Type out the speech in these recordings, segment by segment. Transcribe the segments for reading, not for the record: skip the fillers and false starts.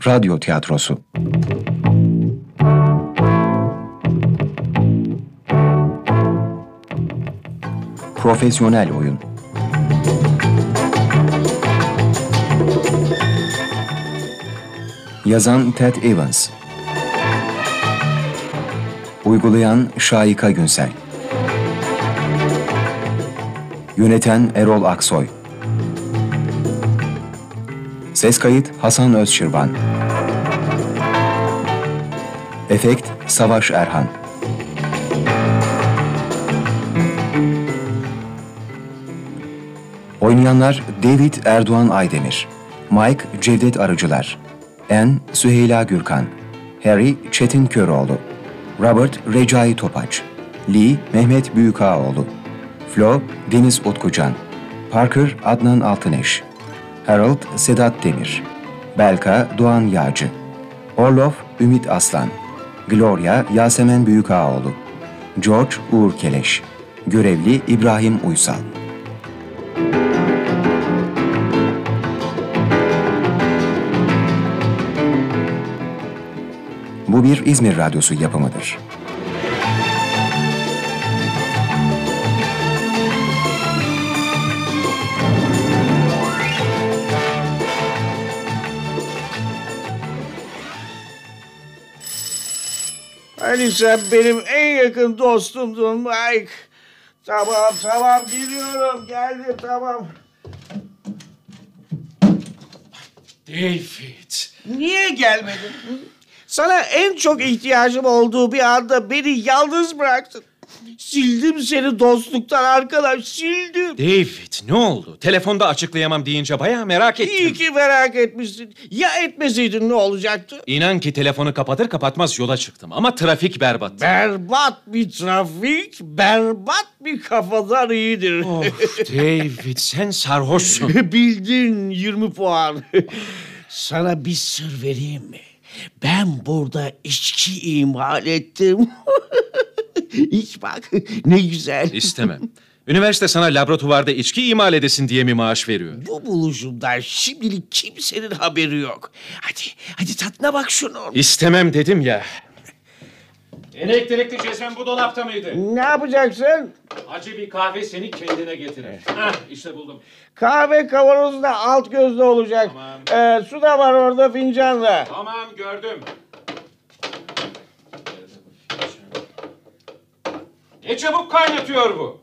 Radyo tiyatrosu. Profesyonel oyun. Yazan Ted Evans. Uygulayan Şahika Günsel. Yöneten Erol Aksoy. Ses kayıt Hasan Özşirvan. Efekt Savaş Erhan. Oynayanlar David Erdoğan Aydemir, Mike Cevdet Arıcılar, Anne Süheyla Gürkan, Harry Çetin Köroğlu, Robert Recai Topaç, Lee Mehmet Büyükağoğlu, Flo Deniz Utkucan, Parker Adnan Altıneş, Harold Sedat Demir, Belka Doğan Yağcı, Orlov Ümit Aslan, Gloria Yasemen Büyükağoğlu, George Uğur Keleş, görevli İbrahim Uysal. Bu bir İzmir Radyosu yapımıdır. Hani sen benim en yakın dostumdun Mike. Tamam geliyorum, geldim tamam. David. Niye gelmedin? Sana en çok ihtiyacım olduğu bir anda beni yalnız bıraktın. Sildim seni dostluktan arkadaş, sildim. David ne oldu? Telefonda açıklayamam deyince bayağı merak ettim. İyi ki merak etmişsin. Ya etmeseydin ne olacaktı? İnan ki telefonu kapatır kapatmaz yola çıktım ama trafik berbat. Berbat bir trafik, berbat bir kafadan iyidir. Of David sen sarhoşsun. Bildin 20 puan. Sana bir sır vereyim mi? Ben burada içki imal ettim. İç bak ne güzel. İstemem. Üniversite sana laboratuvarda içki imal edesin diye mi maaş veriyor? Bu buluşumdan şimdilik kimsenin haberi yok. Hadi tadına bak şunu. İstemem dedim ya. Elektrikli cezven bu dolapta mıydı? Ne yapacaksın? Acı bir kahve seni kendine getirir. Hah işte buldum. Kahve kavanozda alt gözde olacak. Tamam. Su da var orada fincanda. Tamam gördüm. Ne çabuk kaynatıyor bu.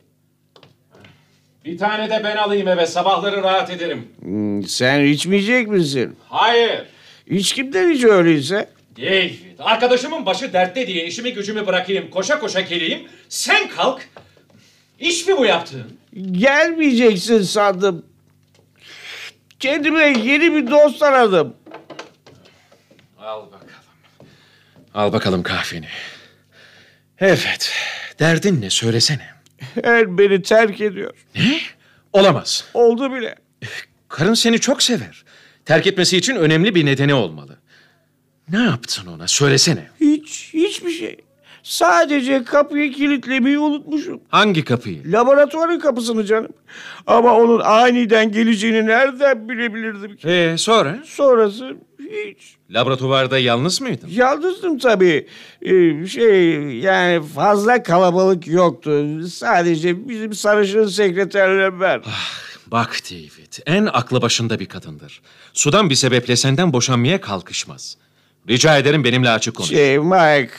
Bir tane de ben alayım eve, sabahları rahat ederim. Sen içmeyecek misin? Hayır. Hiç kimden hiç öyleyse. David, arkadaşımın başı dertte diye işimi gücümü bırakayım, koşa koşa geleyim. Sen kalk. İş mi bu yaptığın? Gelmeyeceksin sandım. Kendime yeni bir dost aradım. Al bakalım. Al bakalım kahveni. Evet, derdin ne söylesene. Her beni terk ediyor. Ne? Olamaz. Oldu bile. Karın seni çok sever. Terk etmesi için önemli bir nedeni olmalı. Ne yaptın ona? Söylesene. Hiçbir şey. Sadece kapıyı kilitlemeyi unutmuşum. Hangi kapıyı? Laboratuvarın kapısını canım. Ama onun aniden geleceğini nereden bilebilirdim ki? Sonra? Sonrası hiç. Laboratuvarda yalnız mıydın? Yalnızdım tabii. Yani fazla kalabalık yoktu. Sadece bizim sarışın sekreterle ben. Bak David, en aklı başında bir kadındır. Sudan bir sebeple senden boşanmaya kalkışmaz. Rica ederim benimle açık konuş. Mike.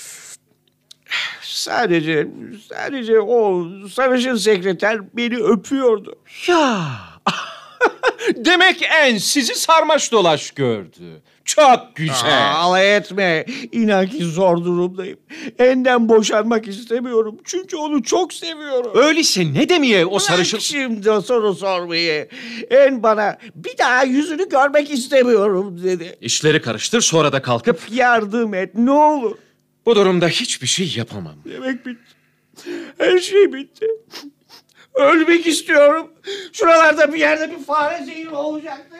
Sadece o sarışın sekreter beni öpüyordu. Ya! Demek en sizi sarmaş dolaş gördü. Çok güzel. Alay etme. İnan ki zor durumdayım. Enden boşanmak istemiyorum. Çünkü onu çok seviyorum. Öyleyse ne demeye o sarışın... Bırak şimdi o soru sormayı. En bana bir daha yüzünü görmek istemiyorum dedi. İşleri karıştır sonra da kalkıp... Yardım et ne olur. Bu durumda hiçbir şey yapamam. Demek bitti. Her şey bitti. Ölmek istiyorum. Şuralarda bir yerde bir fare zehri olacaktı.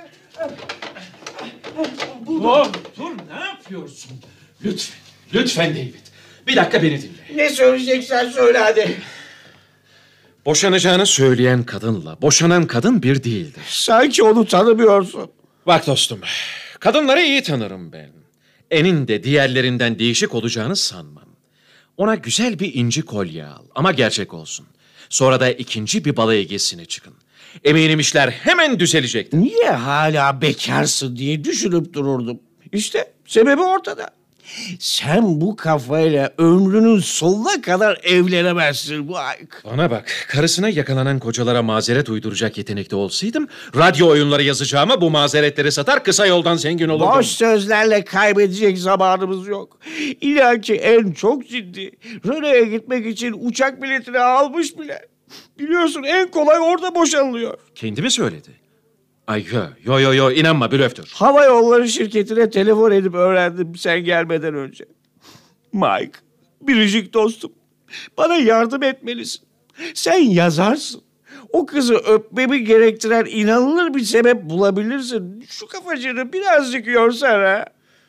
Dur ne yapıyorsun? Lütfen David. Bir dakika beni dinle. Ne söyleyeceksen söyle hadi. Boşanacağını söyleyen kadınla boşanan kadın bir değildir. Sanki onu tanımıyorsun. Bak dostum, Kadınları iyi tanırım ben. En'in de diğerlerinden değişik olacağını sanmam. Ona güzel bir inci kolye al ama gerçek olsun. Sonra da ikinci bir balayı gezisine çıkın. Eminim işler hemen düzelecektir. Niye hala bekarsın diye düşünüp dururdum. İşte sebebi ortada. Sen bu kafayla ömrünün sonuna kadar evlenemezsin Mike. Bana bak, karısına yakalanan kocalara mazeret uyduracak yetenekte olsaydım, radyo oyunları yazacağıma bu mazeretleri satar kısa yoldan zengin olurdum. Boş sözlerle kaybedecek zamanımız yok. İlla ki en çok ciddi. Röne'ye gitmek için uçak biletini almış bile. Biliyorsun en kolay orada boşanılıyor. Kendi mi söyledi? Ay yo inanma, blöftür. Hava yolları şirketine telefon edip öğrendim sen gelmeden önce. Mike, biricik dostum. Bana yardım etmelisin. Sen yazarsın. O kızı öpmemi gerektiren inanılır bir sebep bulabilirsin. Şu kafacını birazcık yorsana.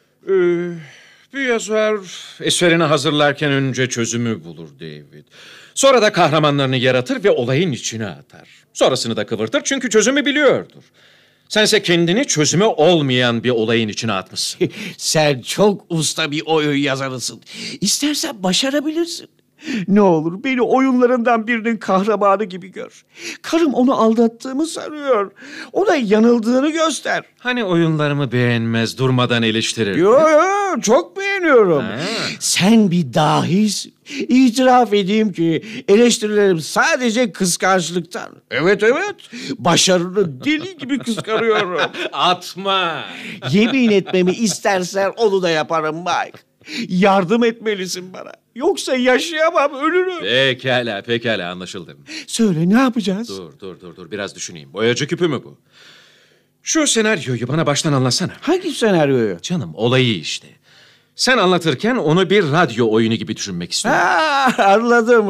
Bir yazar eserini hazırlarken önce çözümü bulur David. Sonra da kahramanlarını yaratır ve olayın içine atar. Sonrasını da kıvırtır çünkü çözümü biliyordur. Sense kendini çözümü olmayan bir olayın içine atmışsın. Sen çok usta bir oyun yazarısın. İstersen başarabilirsin. Ne olur beni oyunlarından birinin kahramanı gibi gör. Karım onu aldattığımı sanıyor. Ona yanıldığını göster. Hani oyunlarımı beğenmez, durmadan eleştirir. Yo çok beğeniyorum. Ha. Sen bir dahisin. İtiraf edeyim ki eleştirilerim sadece kıskançlıktan. Evet başarını deli gibi kıskanıyorum. Atma. Yemin etmemi istersen onu da yaparım Mike. Yardım etmelisin bana. Yoksa yaşayamam, ölürüm. Pekala anlaşıldı. Söyle ne yapacağız? Dur biraz düşüneyim. Boyacı küpü mü bu? Şu senaryoyu bana baştan anlatsana. Hangi senaryoyu? Canım, olayı işte. Sen anlatırken onu bir radyo oyunu gibi düşünmek istiyorum. Anladım.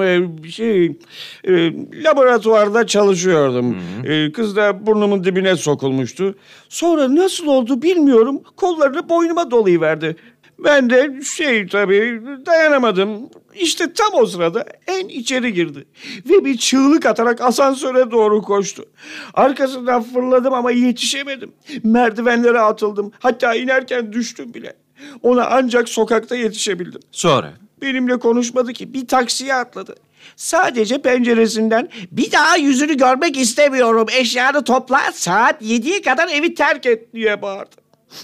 Laboratuvarda çalışıyordum. Kız da burnumun dibine sokulmuştu. Sonra nasıl oldu bilmiyorum. Kollarını boynuma dolayıverdi. Ben de tabii dayanamadım. İşte tam o sırada en içeri girdi. Ve bir çığlık atarak asansöre doğru koştu. Arkasından fırladım ama yetişemedim. Merdivenlere atıldım. Hatta inerken düştüm bile. Ona ancak sokakta yetişebildim. Sonra? Benimle konuşmadı ki. Bir taksiye atladı. Sadece penceresinden bir daha yüzünü görmek istemiyorum. Eşyanı topla, saat 7'ye kadar evi terk et diye bağırdı.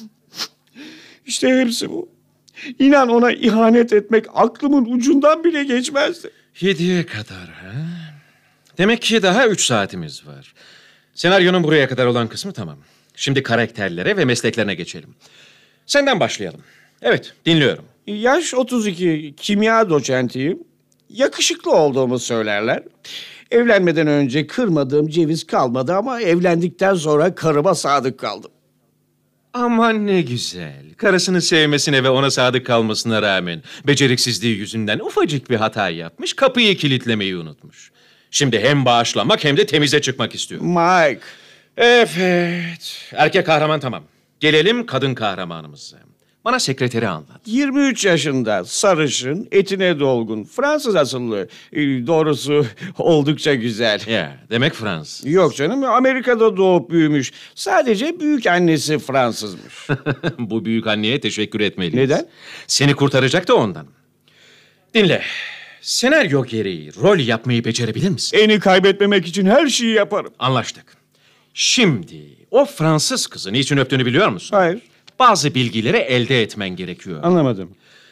İşte hepsi bu. İnan ona ihanet etmek aklımın ucundan bile geçmezdi. 7'ye kadar ha? Demek ki daha 3 saatimiz var. Senaryonun buraya kadar olan kısmı tamam. Şimdi karakterlere ve mesleklerine geçelim. Senden başlayalım. Evet, dinliyorum. Yaş 32, kimya doçentiyim. Yakışıklı olduğumu söylerler. Evlenmeden önce kırmadığım ceviz kalmadı ama evlendikten sonra karıma sadık kaldım. Aman ne güzel. Karısını sevmesine ve ona sadık kalmasına rağmen beceriksizliği yüzünden ufacık bir hata yapmış, kapıyı kilitlemeyi unutmuş. Şimdi hem bağışlamak hem de temize çıkmak istiyor. Mike. Evet. Erkek kahraman tamam. Gelelim kadın kahramanımıza. Bana sekreteri anlat. 23 yaşında, sarışın, etine dolgun, Fransız asıllı. Doğrusu oldukça güzel. Ya, demek Fransız. Yok canım, Amerika'da doğup büyümüş. Sadece büyük annesi Fransızmış. Bu büyük anneye teşekkür etmeliyiz. Neden? Seni kurtaracak da ondan. Dinle. Senaryo gereği rol yapmayı becerebilir misin? Eni kaybetmemek için her şeyi yaparım. Anlaştık. Şimdi o Fransız kızı niçin öptüğünü biliyor musun? Hayır, Bazı bilgileri elde etmen gerekiyor. anlamadım.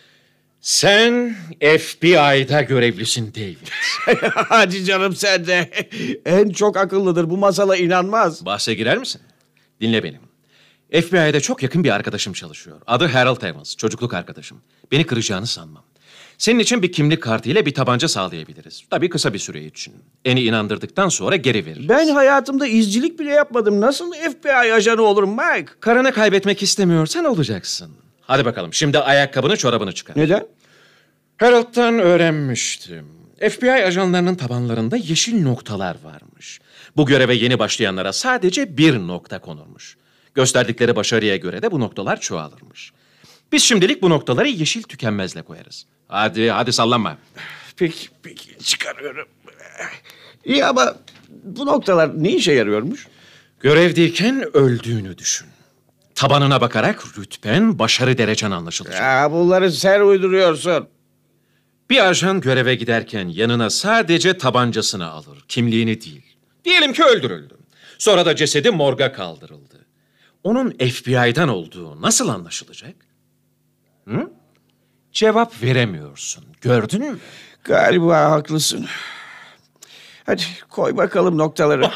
Sen FBI'da görevlisin David. Hadi canım sen de. En çok akıllıdır, bu masala inanmaz. Bahse girer misin? Dinle beni. FBI'de çok yakın bir arkadaşım çalışıyor. Adı Harold Evans, çocukluk arkadaşım. Beni kıracağını sanmam. Senin için bir kimlik kartıyla bir tabanca sağlayabiliriz. Tabii kısa bir süre için. Eni inandırdıktan sonra geri veririz. Ben hayatımda izcilik bile yapmadım. Nasıl FBI ajanı olurum Mike? Karını kaybetmek istemiyorsan olacaksın. Hadi bakalım, şimdi ayakkabını çorabını çıkar. Neden? Harold'dan öğrenmiştim. FBI ajanlarının tabanlarında yeşil noktalar varmış. Bu göreve yeni başlayanlara sadece bir nokta konurmuş. Gösterdikleri başarıya göre de bu noktalar çoğalırmış. Biz şimdilik bu noktaları yeşil tükenmezle koyarız. Hadi sallanma. Peki çıkarıyorum. İyi ama bu noktalar ne işe yarıyormuş? Görevdeyken öldüğünü düşün. Tabanına bakarak rütben, başarı derecen anlaşılacak. Ya bunları sen uyduruyorsun. Bir ajan göreve giderken yanına sadece tabancasını alır, kimliğini değil. Diyelim ki öldürüldü. Sonra da cesedi morga kaldırıldı. Onun FBI'dan olduğu nasıl anlaşılacak? Hı? Cevap veremiyorsun. Gördün mü? Galiba haklısın. Hadi koy bakalım noktaları.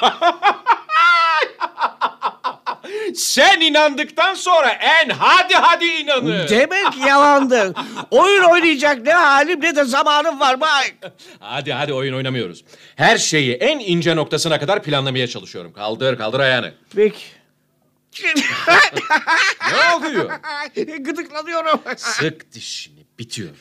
Sen inandıktan sonra hadi inanın. Demek yalandı. Oyun oynayacak ne halim ne de zamanım var Mike. Hadi oyun oynamıyoruz. Her şeyi en ince noktasına kadar planlamaya çalışıyorum. Kaldır ayağını. Peki. Ne oluyor? Gıdıklanıyorum. Sık dişini. Bitiyor.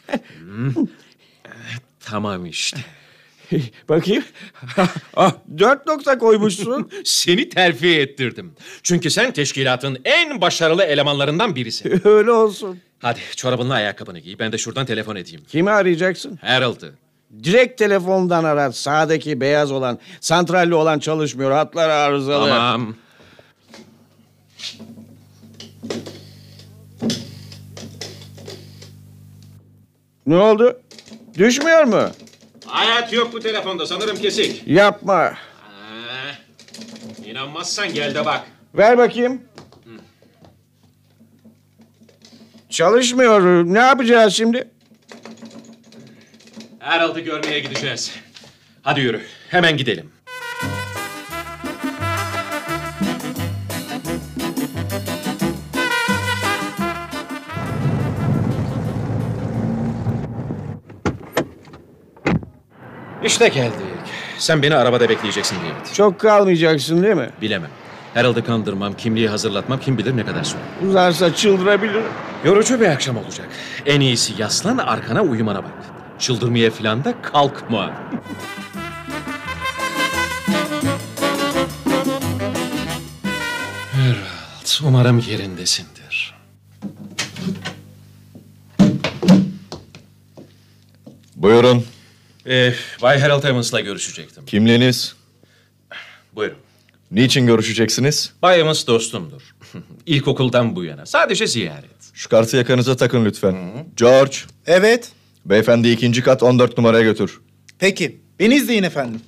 Tamam işte. Bakayım. 4 nokta koymuşsun. Seni terfi ettirdim. Çünkü sen teşkilatın en başarılı elemanlarından birisin. Öyle olsun. Hadi çorabınla ayakkabını giy. Ben de şuradan telefon edeyim. Kimi arayacaksın? Harold'ı. Direkt telefondan ara. Sağdaki beyaz olan, santralli olan çalışmıyor. Hatlar arızalı. Tamam. Ne oldu? Düşmüyor mu? Hayat yok bu telefonda. Sanırım kesik. Yapma. İnanmazsan gel de bak. Ver bakayım. Çalışmıyor. Ne yapacağız şimdi? Harold'ı görmeye gideceğiz. Hadi yürü. Hemen gidelim. İşte geldik. Sen beni arabada bekleyeceksin David. Çok kalmayacaksın değil mi? Bilemem. Harold'ı kandırmam, kimliği hazırlatmam kim bilir ne kadar sürer. Uzarsa çıldırabilir. Yorucu bir akşam olacak. En iyisi yaslan arkana uyumana bak. Çıldırmaya falan da kalkma. Harold, umarım yerindesindir. Buyurun. Bay Harold Evans'la görüşecektim. Kimliğiniz? Buyurun. Niçin görüşeceksiniz? Bay Evans dostumdur. İlkokuldan bu yana. Sadece ziyaret. Şu kartı yakanıza takın lütfen. George, Evet. beyefendi 2. kat 14 numaraya götür. Peki. Beni izleyin efendim.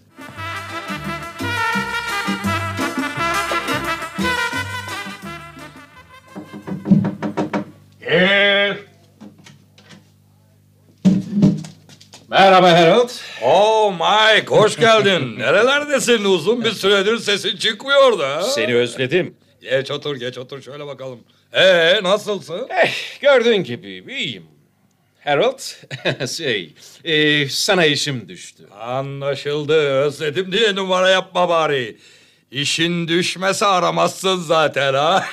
Merhaba Harold. Oo Mike, hoş geldin. Nerelerdesin? Uzun bir süredir sesin çıkmıyordu ha? Seni özledim. Geç otur şöyle bakalım. Nasılsın? Gördüğün gibi iyiyim. Harold, sana işim düştü. Anlaşıldı. Özledim diye numara yapma bari. İşin düşmese aramazsın zaten ha.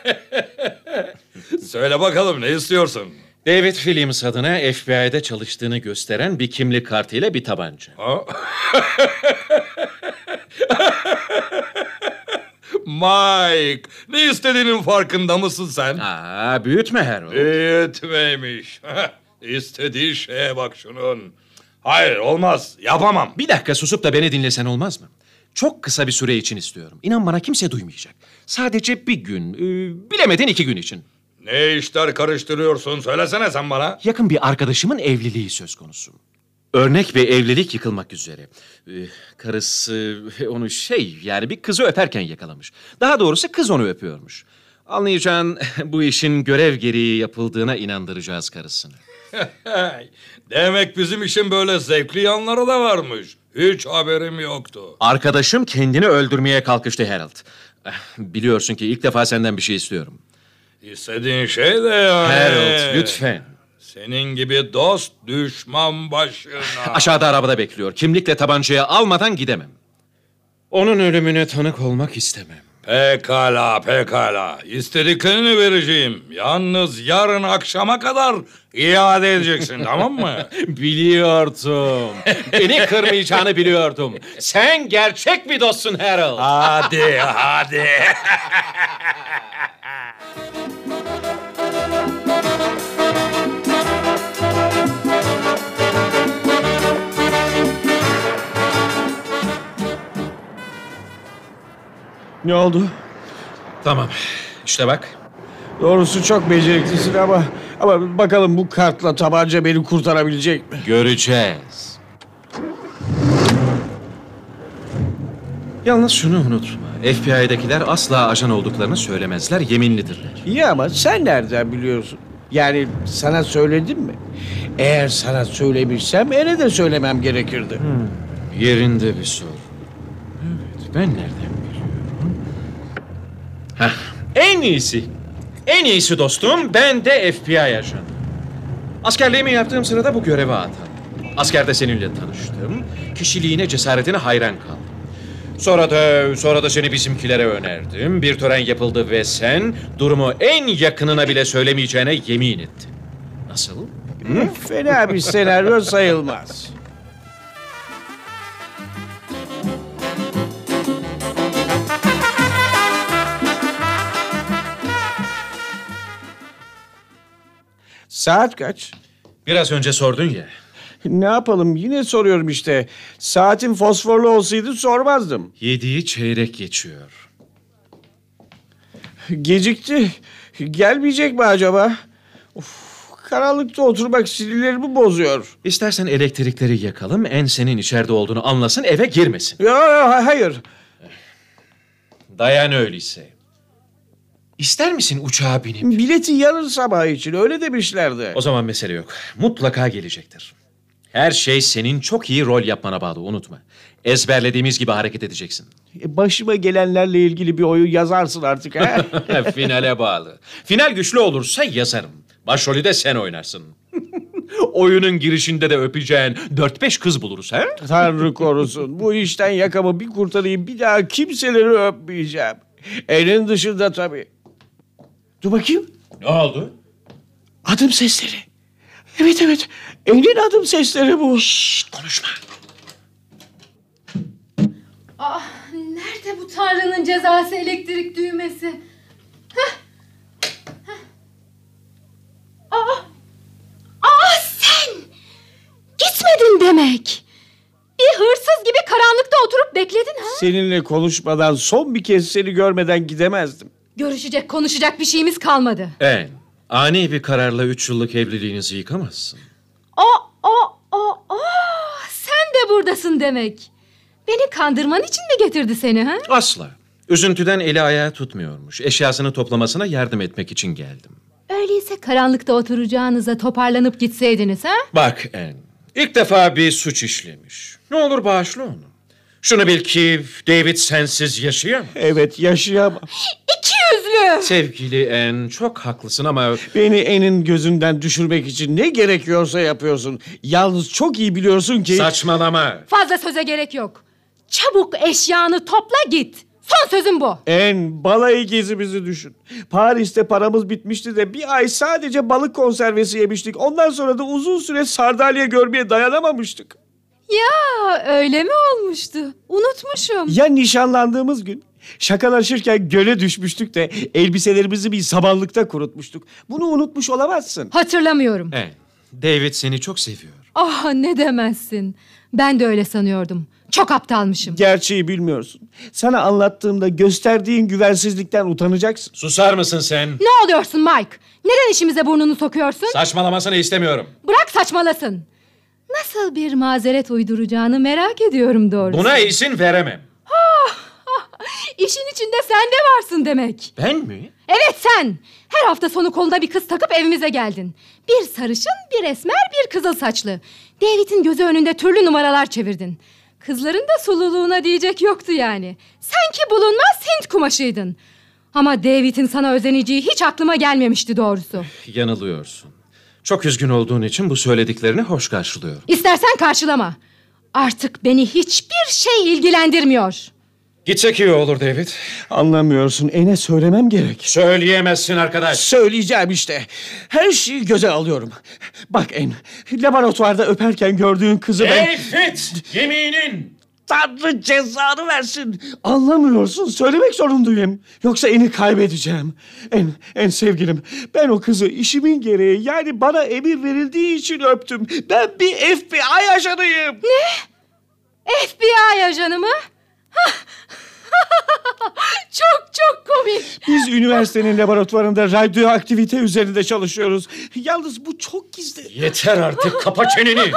Söyle bakalım ne istiyorsun? David Williams adına FBI'de çalıştığını gösteren bir kimlik kartıyla bir tabanca. Ha? Mike, ne istediğinin farkında mısın sen? Büyütme Harold. Büyütmeymiş. İstediği şeye bak şunun. Hayır olmaz yapamam. Bir dakika susup da beni dinlesen olmaz mı? Çok kısa bir süre için istiyorum. İnan bana kimse duymayacak. Sadece bir gün, bilemedin 2 gün için. Ne işler karıştırıyorsun söylesene sen bana. Yakın bir arkadaşımın evliliği söz konusu. Örnek bir evlilik yıkılmak üzere. Karısı onu yani bir kızı öperken yakalamış. Daha doğrusu kız onu öpüyormuş. Anlayacağın bu işin görev gereği yapıldığına inandıracağız karısını. Demek bizim işin böyle zevkli yanları da varmış. Hiç haberim yoktu. Arkadaşım kendini öldürmeye kalkıştı Harold. Biliyorsun ki ilk defa senden bir şey istiyorum. İstediğin şey de yani. Harold lütfen. Senin gibi dost düşman başına. Aşağıda arabada bekliyor. Kimlikle tabancayı almadan gidemem. Onun ölümüne tanık olmak istemem. Pekala. İstediklerini vereceğim. Yalnız yarın akşama kadar iade edeceksin tamam mı? Biliyordum. Beni kırmayacağını biliyordum. Sen gerçek bir dostsun Harold. Hadi. Ne oldu? Tamam. İşte bak. Doğrusu çok beceriklisin ama bakalım bu kartla tabanca beni kurtarabilecek mi? Göreceğiz. Yalnız şunu unutma. FBI'dekiler asla ajan olduklarını söylemezler, yeminlidirler. İyi ama sen nereden biliyorsun? Yani sana söyledim mi? Eğer sana söylemişsem En'e de söylemem gerekirdi. Yerinde bir soru. Evet, ben nereden biliyorum? Hah, en iyisi. En iyisi dostum, ben de FBI ajanı. Askerliğimi yaptığım sırada bu göreve atandım. Askerde seninle tanıştım. Kişiliğine, cesaretine hayran kaldım. Sonra da seni bizimkilere önerdim. Bir tören yapıldı ve sen durumu en yakınına bile söylemeyeceğine yemin ettin. Nasıl? Fena bir senaryo sayılmaz. Saat kaç? Biraz önce sordun ya. Ne yapalım, yine soruyorum işte. Saatin fosforlu olsaydı sormazdım. 7'yi çeyrek geçiyor. Gecikti. Gelmeyecek mi acaba? Karanlıkta oturmak sinirlerimi bozuyor. İstersen elektrikleri yakalım, en senin içeride olduğunu anlasın, eve girmesin. Hayır. Dayan öyleyse. İster misin uçağa binip? Bileti yarın sabah için öyle demişlerdi. O zaman mesele yok. Mutlaka gelecektir. Her şey senin çok iyi rol yapmana bağlı, unutma. Ezberlediğimiz gibi hareket edeceksin. Başıma gelenlerle ilgili bir oyun yazarsın artık ha? Finale bağlı. Final güçlü olursa yazarım. Başrolü de sen oynarsın. Oyunun girişinde de öpeceğin 4-5 kız buluruz ha? Tanrı korusun. Bu işten yakamı bir kurtarayım, bir daha kimseleri öpmeyeceğim. Elin dışında tabii. Dur bakayım. Ne oldu? Adım sesleri. Evet. Elin adım sesleri bu. Şşt, konuşma. Nerede bu Tanrı'nın cezası elektrik düğmesi? Sen! Gitmedin demek. Bir hırsız gibi karanlıkta oturup bekledin ha? Seninle konuşmadan, son bir kez seni görmeden gidemezdim. Görüşecek, konuşacak bir şeyimiz kalmadı. Ani bir kararla 3 yıllık evliliğinizi yıkamazsın. Sen de buradasın demek. Beni kandırman için mi getirdi seni ha? Asla. Üzüntüden eli ayağı tutmuyormuş. Eşyasını toplamasına yardım etmek için geldim. Öyleyse karanlıkta oturacağınıza toparlanıp gitseydiniz ha? Bak En, ilk defa bir suç işlemiş. Ne olur bağışla onu. Şunu bil ki David sensiz yaşayamaz. Evet, yaşayamam. İkiyüzlü! Sevgili En, çok haklısın ama... Beni En'in gözünden düşürmek için ne gerekiyorsa yapıyorsun. Yalnız çok iyi biliyorsun ki... Saçmalama. Fazla söze gerek yok. Çabuk eşyanı topla git. Son sözüm bu. En, balayı gezimizi düşün. Paris'te paramız bitmişti de bir ay sadece balık konservesi yemiştik. Ondan sonra da uzun süre sardalya görmeye dayanamamıştık. Ya öyle mi olmuştu? Unutmuşum. Ya nişanlandığımız gün şakalaşırken göle düşmüştük de elbiselerimizi bir samanlıkta kurutmuştuk. Bunu unutmuş olamazsın. Hatırlamıyorum. En, David seni çok seviyor. Ne demezsin. Ben de öyle sanıyordum. Çok aptalmışım. Gerçeği bilmiyorsun. Sana anlattığımda gösterdiğin güvensizlikten utanacaksın. Susar mısın sen? Ne oluyorsun Mike? Neden işimize burnunu sokuyorsun? Saçmalamasını istemiyorum. Bırak saçmalasın. Nasıl bir mazeret uyduracağını merak ediyorum doğrusu. Buna izin veremem. İşin içinde sen de varsın demek. Ben mi? Evet sen. Her hafta sonu koluna bir kız takıp evimize geldin. Bir sarışın, bir esmer, bir kızıl saçlı. David'in gözü önünde türlü numaralar çevirdin. Kızların da sululuğuna diyecek yoktu yani. Sanki bulunmaz Hint kumaşıydın. Ama David'in sana özeneceği hiç aklıma gelmemişti doğrusu. Yanılıyorsun. Çok üzgün olduğun için bu söylediklerini hoş karşılıyorum. İstersen karşılama. Artık beni hiçbir şey ilgilendirmiyor. Gitsek iyi olur David. Anlamıyorsun. En'e söylemem gerek. Söyleyemezsin arkadaş. Söyleyeceğim işte. Her şeyi göze alıyorum. Bak En, laboratuvarda öperken gördüğün kızı ben... David! Yeminin! Tanrı cezanı versin. Anlamıyorsun. Söylemek zorundayım. Yoksa En'i kaybedeceğim. En sevgilim. Ben o kızı işimin gereği, yani bana emir verildiği için öptüm. Ben bir FBI ajanıyım. FBI ajanı mı? Çok çok komik. Biz üniversitenin laboratuvarında radyoaktivite üzerinde çalışıyoruz. Yalnız bu çok gizli. Yeter artık, kapa çeneni.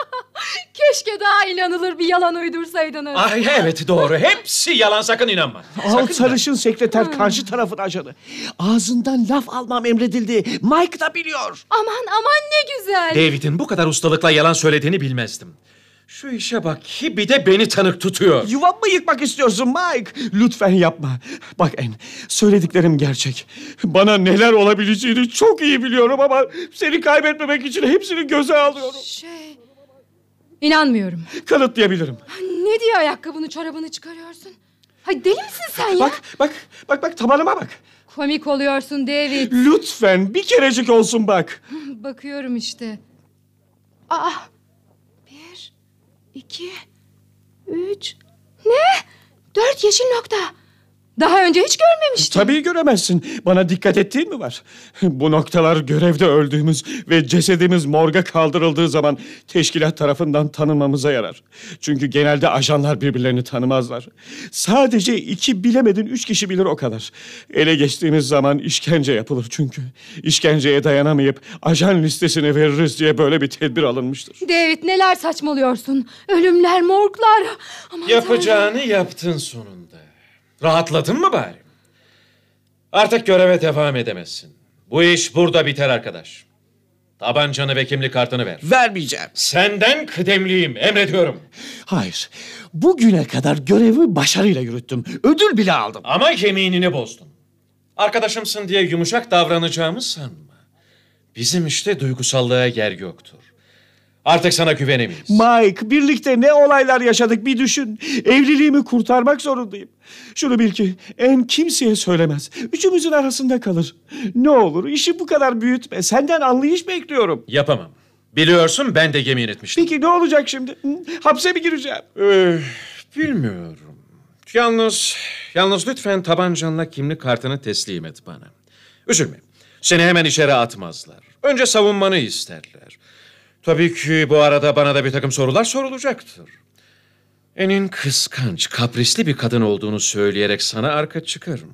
Keşke daha inanılır bir yalan uydursaydınız. Ay evet doğru, hepsi yalan, sakın inanma. Alt sarışın sekreter karşı tarafın ajanı. Ağzından laf almam emredildi. Mike da biliyor. Aman aman ne güzel. David'in bu kadar ustalıkla yalan söylediğini bilmezdim. Şu işe bak ki bir de beni tanık tutuyor. Yuvamı yıkmak istiyorsun Mike. Lütfen yapma. Bak En, söylediklerim gerçek. Bana neler olabileceğini çok iyi biliyorum ama seni kaybetmemek için hepsini göze alıyorum. İnanmıyorum. Kanıtlayabilirim. Ne diye ayakkabını çorabını çıkarıyorsun? Hay deli misin sen ya? Bak tabanıma bak. Komik oluyorsun David. Lütfen bir kerecik olsun bak. Bakıyorum işte. Aa, 1, 2, 3. Ne? 4 yeşil nokta. Daha önce hiç görmemiştim. Tabii göremezsin. Bana dikkat ettiğin mi var? Bu noktalar görevde öldüğümüz ve cesedimiz morga kaldırıldığı zaman teşkilat tarafından tanınmamıza yarar. Çünkü genelde ajanlar birbirlerini tanımazlar. Sadece 2 bilemedin 3 kişi bilir o kadar. Ele geçtiğimiz zaman işkence yapılır çünkü. İşkenceye dayanamayıp ajan listesini veririz diye böyle bir tedbir alınmıştır. David neler saçmalıyorsun? Ölümler, morglar. Aman Yapacağını Tanrım. yaptın sonunda. Rahatladın mı bari? Artık göreve devam edemezsin. Bu iş burada biter arkadaş. Tabancanı ve kimlik kartını ver. Vermeyeceğim. Senden kıdemliyim, emrediyorum. Hayır. Bugüne kadar görevi başarıyla yürüttüm. Ödül bile aldım. Ama yeminini bozdun. Arkadaşımsın diye yumuşak davranacağımı sanma. Bizim işte duygusallığa yer yoktur. Artık sana güvenemeyiz. Mike, birlikte ne olaylar yaşadık bir düşün. Evliliğimi kurtarmak zorundayım. Şunu bil ki En kimseye söylemez. Üçümüzün arasında kalır. Ne olur işi bu kadar büyütme. Senden anlayış bekliyorum. Yapamam. Biliyorsun ben de yemin etmiştim. Peki ne olacak şimdi? Hapse mi gireceğim? Bilmiyorum. Yalnız lütfen tabancanla kimlik kartını teslim et bana. Üzülme. Seni hemen içeri atmazlar. Önce savunmanı isterler. Tabii ki bu arada bana da bir takım sorular sorulacaktır. En'in kıskanç, kaprisli bir kadın olduğunu söyleyerek sana arka çıkarım.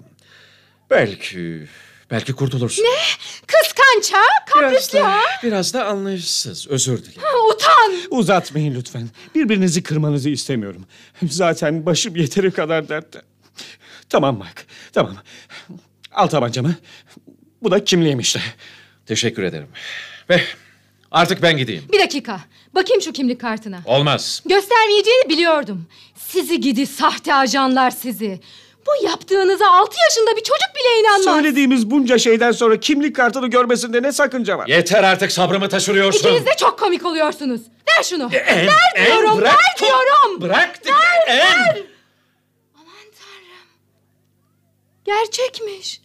Belki kurtulursun. Ne? Kıskanç ha? Kaprisli ha? Biraz da anlayışsız, özür dilerim. Utan. Uzatmayın lütfen. Birbirinizi kırmanızı istemiyorum. Zaten başım yeteri kadar dertte. Tamam Mike, tamam. Al tabancamı. Bu da kimliğim işte. Teşekkür ederim. Ve artık ben gideyim. Bir dakika. Bakayım şu kimlik kartına. Olmaz. Göstermeyeceğini biliyordum. Sizi gidi sahte ajanlar sizi. Bu yaptığınıza 6 yaşında bir çocuk bile inanmaz. Söylediğimiz bunca şeyden sonra kimlik kartını görmesinde ne sakınca var? Yeter artık, sabrımı taşırıyorsun. İkiniz de çok komik oluyorsunuz. Ver şunu. En, ver diyorum, bırak, ver diyorum. Bırak. Ver. Aman Tanrım. Gerçekmiş.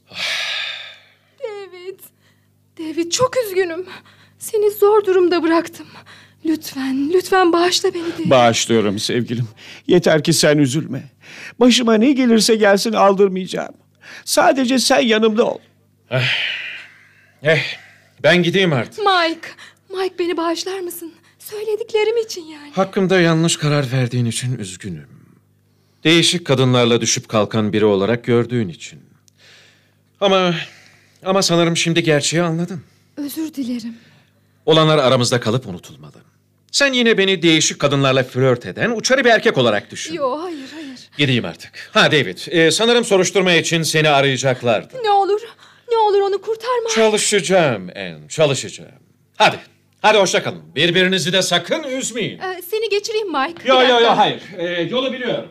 David çok üzgünüm. Seni zor durumda bıraktım. Lütfen bağışla beni David. Bağışlıyorum sevgilim. Yeter ki sen üzülme. Başıma ne gelirse gelsin aldırmayacağım. Sadece sen yanımda ol. Ben gideyim artık. Mike beni bağışlar mısın? Söylediklerim için yani. Hakkımda yanlış karar verdiğin için üzgünüm. Değişik kadınlarla düşüp kalkan biri olarak gördüğün için. Ama sanırım şimdi gerçeği anladın. Özür dilerim. Olanlar aramızda kalıp unutulmalı. Sen yine beni değişik kadınlarla flört eden uçarı bir erkek olarak düşün. Yo hayır. Gideyim artık. David, sanırım soruşturma için seni arayacaklardı. Ne olur onu kurtarma. Çalışacağım En, çalışacağım. Hadi hoşça kalın. Birbirinizi de sakın üzmeyin. Seni geçireyim Mike. Yo hayır. Yolu biliyorum.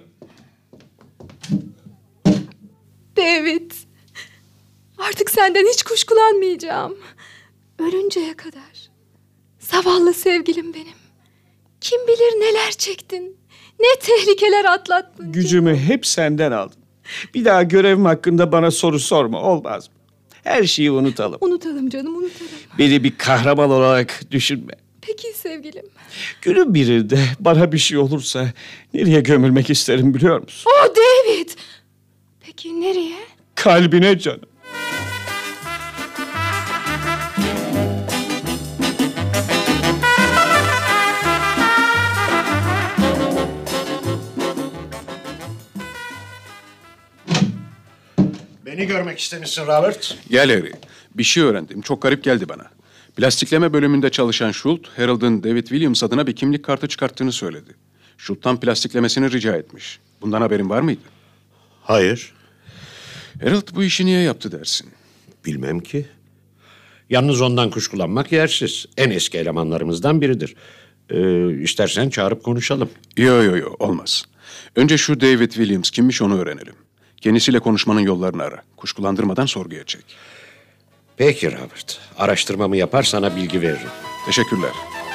David. Artık senden hiç kuşkulanmayacağım. Ölünceye kadar. Zavallı sevgilim benim. Kim bilir neler çektin. Ne tehlikeler atlattın. Gücümü hep senden aldım. Bir daha görevim hakkında bana soru sorma, olmaz mı? Her şeyi unutalım. Unutalım canım, unutalım. Beni bir kahraman olarak düşünme. Peki sevgilim. Günün birinde bana bir şey olursa nereye gömülmek isterim biliyor musun? Oh David. Peki nereye? Kalbine canım. görmek istemişsin Robert? Gel Harry. Bir şey öğrendim. Çok garip geldi bana. Plastikleme bölümünde çalışan Schult, Harold'ın David Williams adına bir kimlik kartı çıkarttığını söyledi. Schult'tan plastiklemesini rica etmiş. Bundan haberin var mıydı? Hayır. Harold bu işi niye yaptı dersin? Bilmem ki. Yalnız ondan kuşkulanmak yersiz. En eski elemanlarımızdan biridir. İstersen çağırıp konuşalım. Yo, olmaz. Önce şu David Williams kimmiş onu öğrenelim. Kendisiyle konuşmanın yollarını ara. Kuşkulandırmadan sorguya çek. Peki Robert. Araştırmamı yapar sana bilgi veririm. Teşekkürler.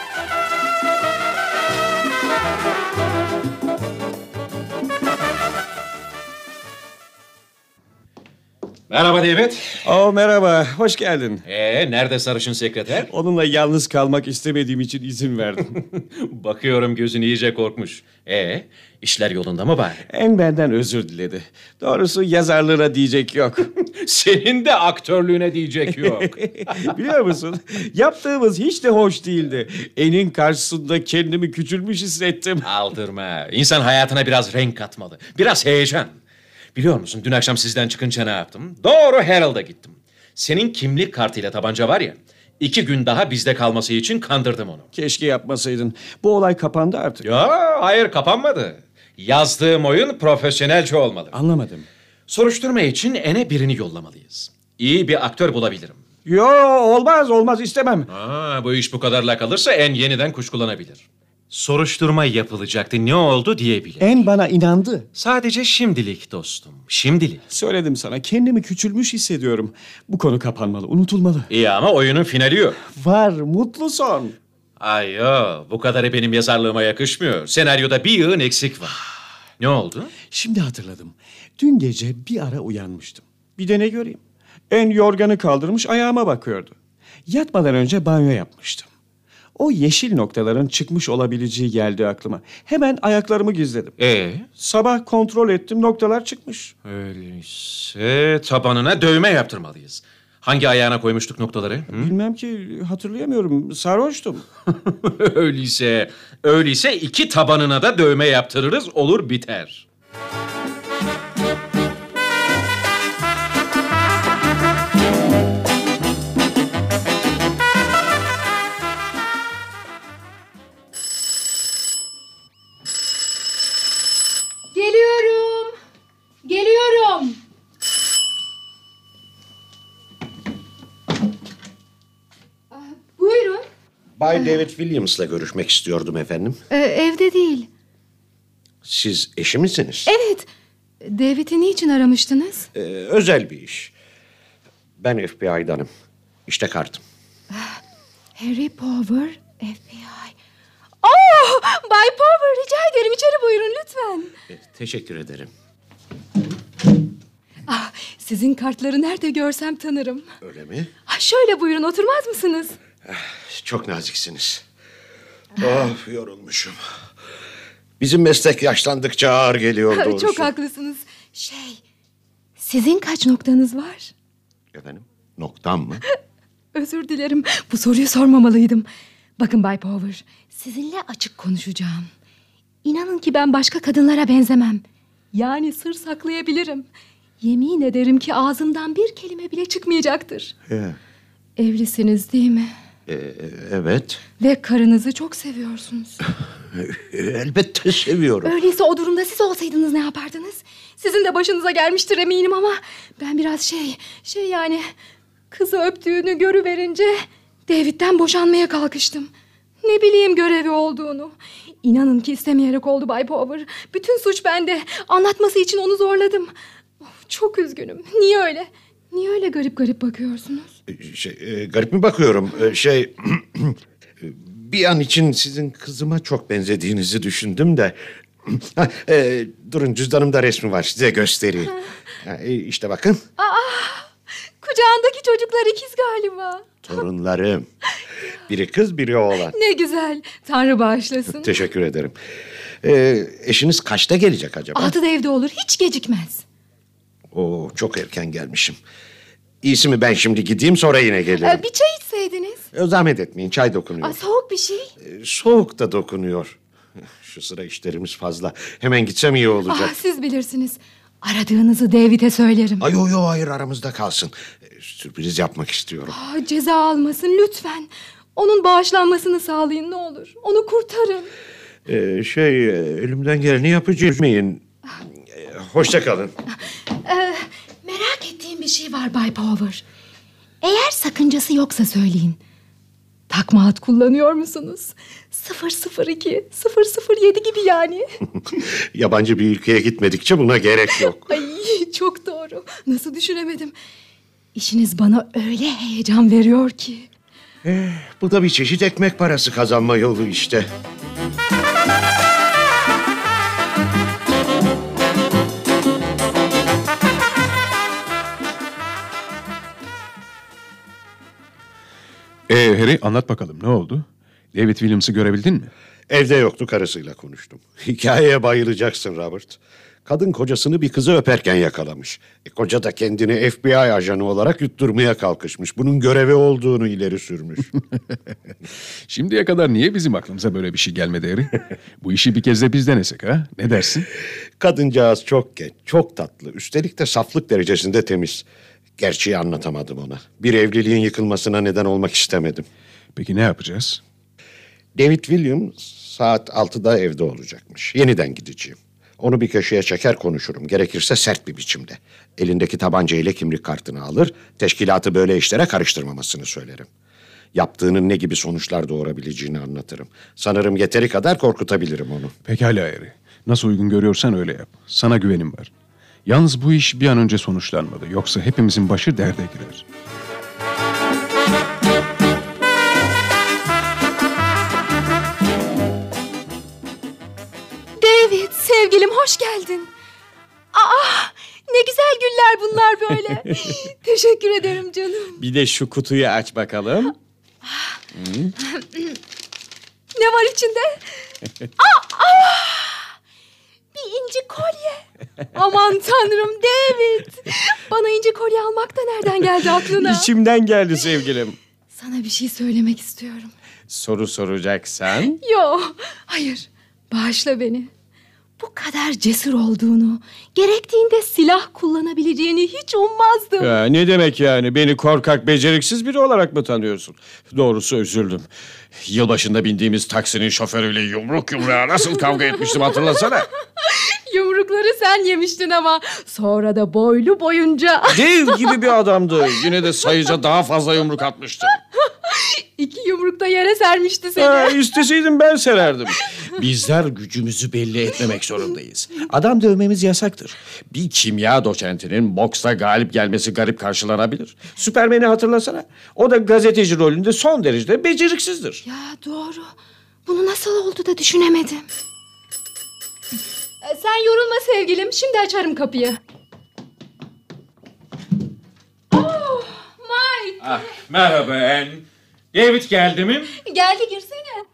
Merhaba David. Merhaba, hoş geldin. Nerede sarışın sekreter? Onunla yalnız kalmak istemediğim için izin verdim. Bakıyorum gözün iyice korkmuş. İşler yolunda mı bari? En benden özür diledi. Doğrusu yazarlığına diyecek yok. Senin de aktörlüğüne diyecek yok. Biliyor musun? Yaptığımız hiç de hoş değildi. En'in karşısında kendimi küçülmüş hissettim. Aldırma. İnsan hayatına biraz renk katmalı. Biraz heyecan. Biliyor musun dün akşam sizden çıkınca ne yaptım? Doğru Harold'a gittim. Senin kimlik kartıyla tabanca var ya... 2 gün daha bizde kalması için kandırdım onu. Keşke yapmasaydın. Bu olay kapandı artık. Ya hayır kapanmadı. Yazdığım oyun profesyonelce olmalı. Anlamadım. Soruşturma için En'e birini yollamalıyız. İyi bir aktör bulabilirim. Yo, olmaz istemem. Bu iş bu kadarla kalırsa En yeniden kuşkulanabilir. Soruşturma yapılacaktı, ne oldu diyebilir. En bana inandı. Sadece şimdilik dostum, şimdilik. Söyledim sana, kendimi küçülmüş hissediyorum. Bu konu kapanmalı, unutulmalı. İyi ama oyunun finali yok. Var, mutlu son. Ay yo, bu kadarı benim yazarlığıma yakışmıyor. Senaryoda bir yığın eksik var. Ne oldu? Şimdi hatırladım. Dün gece bir ara uyanmıştım. Bir de ne göreyim? En yorganı kaldırmış ayağıma bakıyordu. Yatmadan önce banyo yapmıştım. O yeşil noktaların çıkmış olabileceği geldi aklıma. Hemen ayaklarımı gizledim. Sabah kontrol ettim, noktalar çıkmış. Öyleyse tabanına dövme yaptırmalıyız. Hangi ayağına koymuştuk noktaları? Bilmem ki, hatırlayamıyorum. Sarhoştum. Öyleyse 2 tabanına da dövme yaptırırız, olur biter. Geliyorum. Buyurun. Bay David Williams'la görüşmek istiyordum efendim. Evde değil. Siz eşi misiniz? Evet. David'i niçin aramıştınız? Özel bir iş. Ben FBI'danım. İşte kartım. Harry Power, FBI. Bay Power, rica ederim içeri buyurun lütfen. Teşekkür ederim. Sizin kartları nerede görsem tanırım. Öyle mi? Şöyle buyurun, oturmaz mısınız? Çok naziksiniz. Yorulmuşum. Bizim meslek yaşlandıkça ağır geliyor doğrusu. Çok haklısınız. Sizin kaç noktanız var? Efendim? Noktam mı? Özür dilerim. Bu soruyu sormamalıydım. Bakın Bay Power, sizinle açık konuşacağım. İnanın ki ben başka kadınlara benzemem. Yani sır saklayabilirim. Yemin ederim ki ağzımdan bir kelime bile çıkmayacaktır. Evlisiniz değil mi? Evet. Ve karınızı çok seviyorsunuz. Elbette seviyorum. Öyleyse o durumda siz olsaydınız ne yapardınız? Sizin de başınıza gelmiştir eminim ama... ben biraz yani... kızı öptüğünü görüverince... David'den boşanmaya kalkıştım. Ne bileyim görevi olduğunu. İnanın ki istemeyerek oldu Bay Power. Bütün suç bende. Anlatması için onu zorladım. Çok üzgünüm. Niye öyle? Niye öyle garip garip bakıyorsunuz? Garip mi bakıyorum? Bir an için sizin kızıma çok benzediğinizi düşündüm de... durun, cüzdanımda resmi var, size göstereyim. İşte bakın. Kucağındaki çocuklar ikiz galiba. Torunlarım. Biri kız, biri oğlan. Ne güzel. Tanrı bağışlasın. Teşekkür ederim. Eşiniz kaçta gelecek acaba? 6'da evde olur, hiç gecikmez. Çok erken gelmişim. İyisi mi ben şimdi gideyim, sonra yine gelirim. Bir çay içseydiniz. Zahmet etmeyin, çay dokunuyor. Soğuk bir şey. Soğuk da dokunuyor. Şu sıra işlerimiz fazla. Hemen gitsem iyi olacak. Siz bilirsiniz. Aradığınızı David'e söylerim. Ay yo hayır, aramızda kalsın. Sürpriz yapmak istiyorum. Ceza almasın lütfen. Onun bağışlanmasını sağlayın ne olur. Onu kurtarın. Elimden geleni yapacağım. Hoşça kalın. Merak ettiğim bir şey var Bay Power. Eğer sakıncası yoksa söyleyin. Takma ad kullanıyor musunuz? 002, 007 gibi yani. Yabancı bir ülkeye gitmedikçe buna gerek yok. Ay çok doğru. Nasıl düşünemedim. İşiniz bana öyle heyecan veriyor ki. Bu da bir çeşit ekmek parası kazanma yolu işte. Harry, anlat bakalım, ne oldu? David Williams'ı görebildin mi? Evde yoktu, karısıyla konuştum. Hikayeye bayılacaksın Robert. Kadın kocasını bir kızı öperken yakalamış. Koca da kendini FBI ajanı olarak yutturmaya kalkışmış. Bunun görevi olduğunu ileri sürmüş. Şimdiye kadar niye bizim aklımıza böyle bir şey gelmedi Harry? Bu işi bir kez de biz denesek ha? Ne dersin? Kadıncağız çok genç, çok tatlı. Üstelik de saflık derecesinde temiz. Gerçeği anlatamadım ona. Bir evliliğin yıkılmasına neden olmak istemedim. Peki ne yapacağız? David Williams saat 6'da evde olacakmış. Yeniden gideceğim. Onu bir köşeye çeker konuşurum. Gerekirse sert bir biçimde. Elindeki tabancayla kimlik kartını alır. Teşkilatı böyle işlere karıştırmamasını söylerim. Yaptığının ne gibi sonuçlar doğurabileceğini anlatırım. Sanırım yeteri kadar korkutabilirim onu. Pekala Harry. Nasıl uygun görüyorsan öyle yap. Sana güvenim var. Yalnız bu iş bir an önce sonuçlanmalı. Yoksa hepimizin başı derde girer. David, sevgilim hoş geldin. Ne güzel güller bunlar böyle. Teşekkür ederim canım. Bir de şu kutuyu aç bakalım. Ne var içinde? Bir inci kolye. Aman tanrım David. Bana inci kolye almak da nereden geldi aklına? İçimden geldi sevgilim. Sana bir şey söylemek istiyorum. Soru soracaksan. Hayır. Bağışla beni. Bu kadar cesur olduğunu, gerektiğinde silah kullanabileceğini hiç ummazdım. Ya, ne demek yani? Beni korkak, beceriksiz biri olarak mı tanıyorsun? Doğrusu üzüldüm. Yılbaşında bindiğimiz taksinin şoförüyle yumruk yumruğa nasıl kavga etmiştim hatırlasana. Yumrukları sen yemiştin ama sonra da boylu boyunca. Dev gibi bir adamdı. Yine de sayıca daha fazla yumruk atmıştım. 2 yumruk da yere sermişti seni. İsteseydim ben sererdim. Bizler gücümüzü belli etmemek zorundayız. Adam dövmemiz yasaktır. Bir kimya doçentinin boksta galip gelmesi garip karşılanabilir. Süpermen'i hatırlasana. O da gazeteci rolünde son derece beceriksizdir. Ya doğru. Bunu nasıl oldu da düşünemedim. Sen yorulma sevgilim. Şimdi açarım kapıyı. Mike. Merhaba Anne. David geldi mi? Geldi, girsene.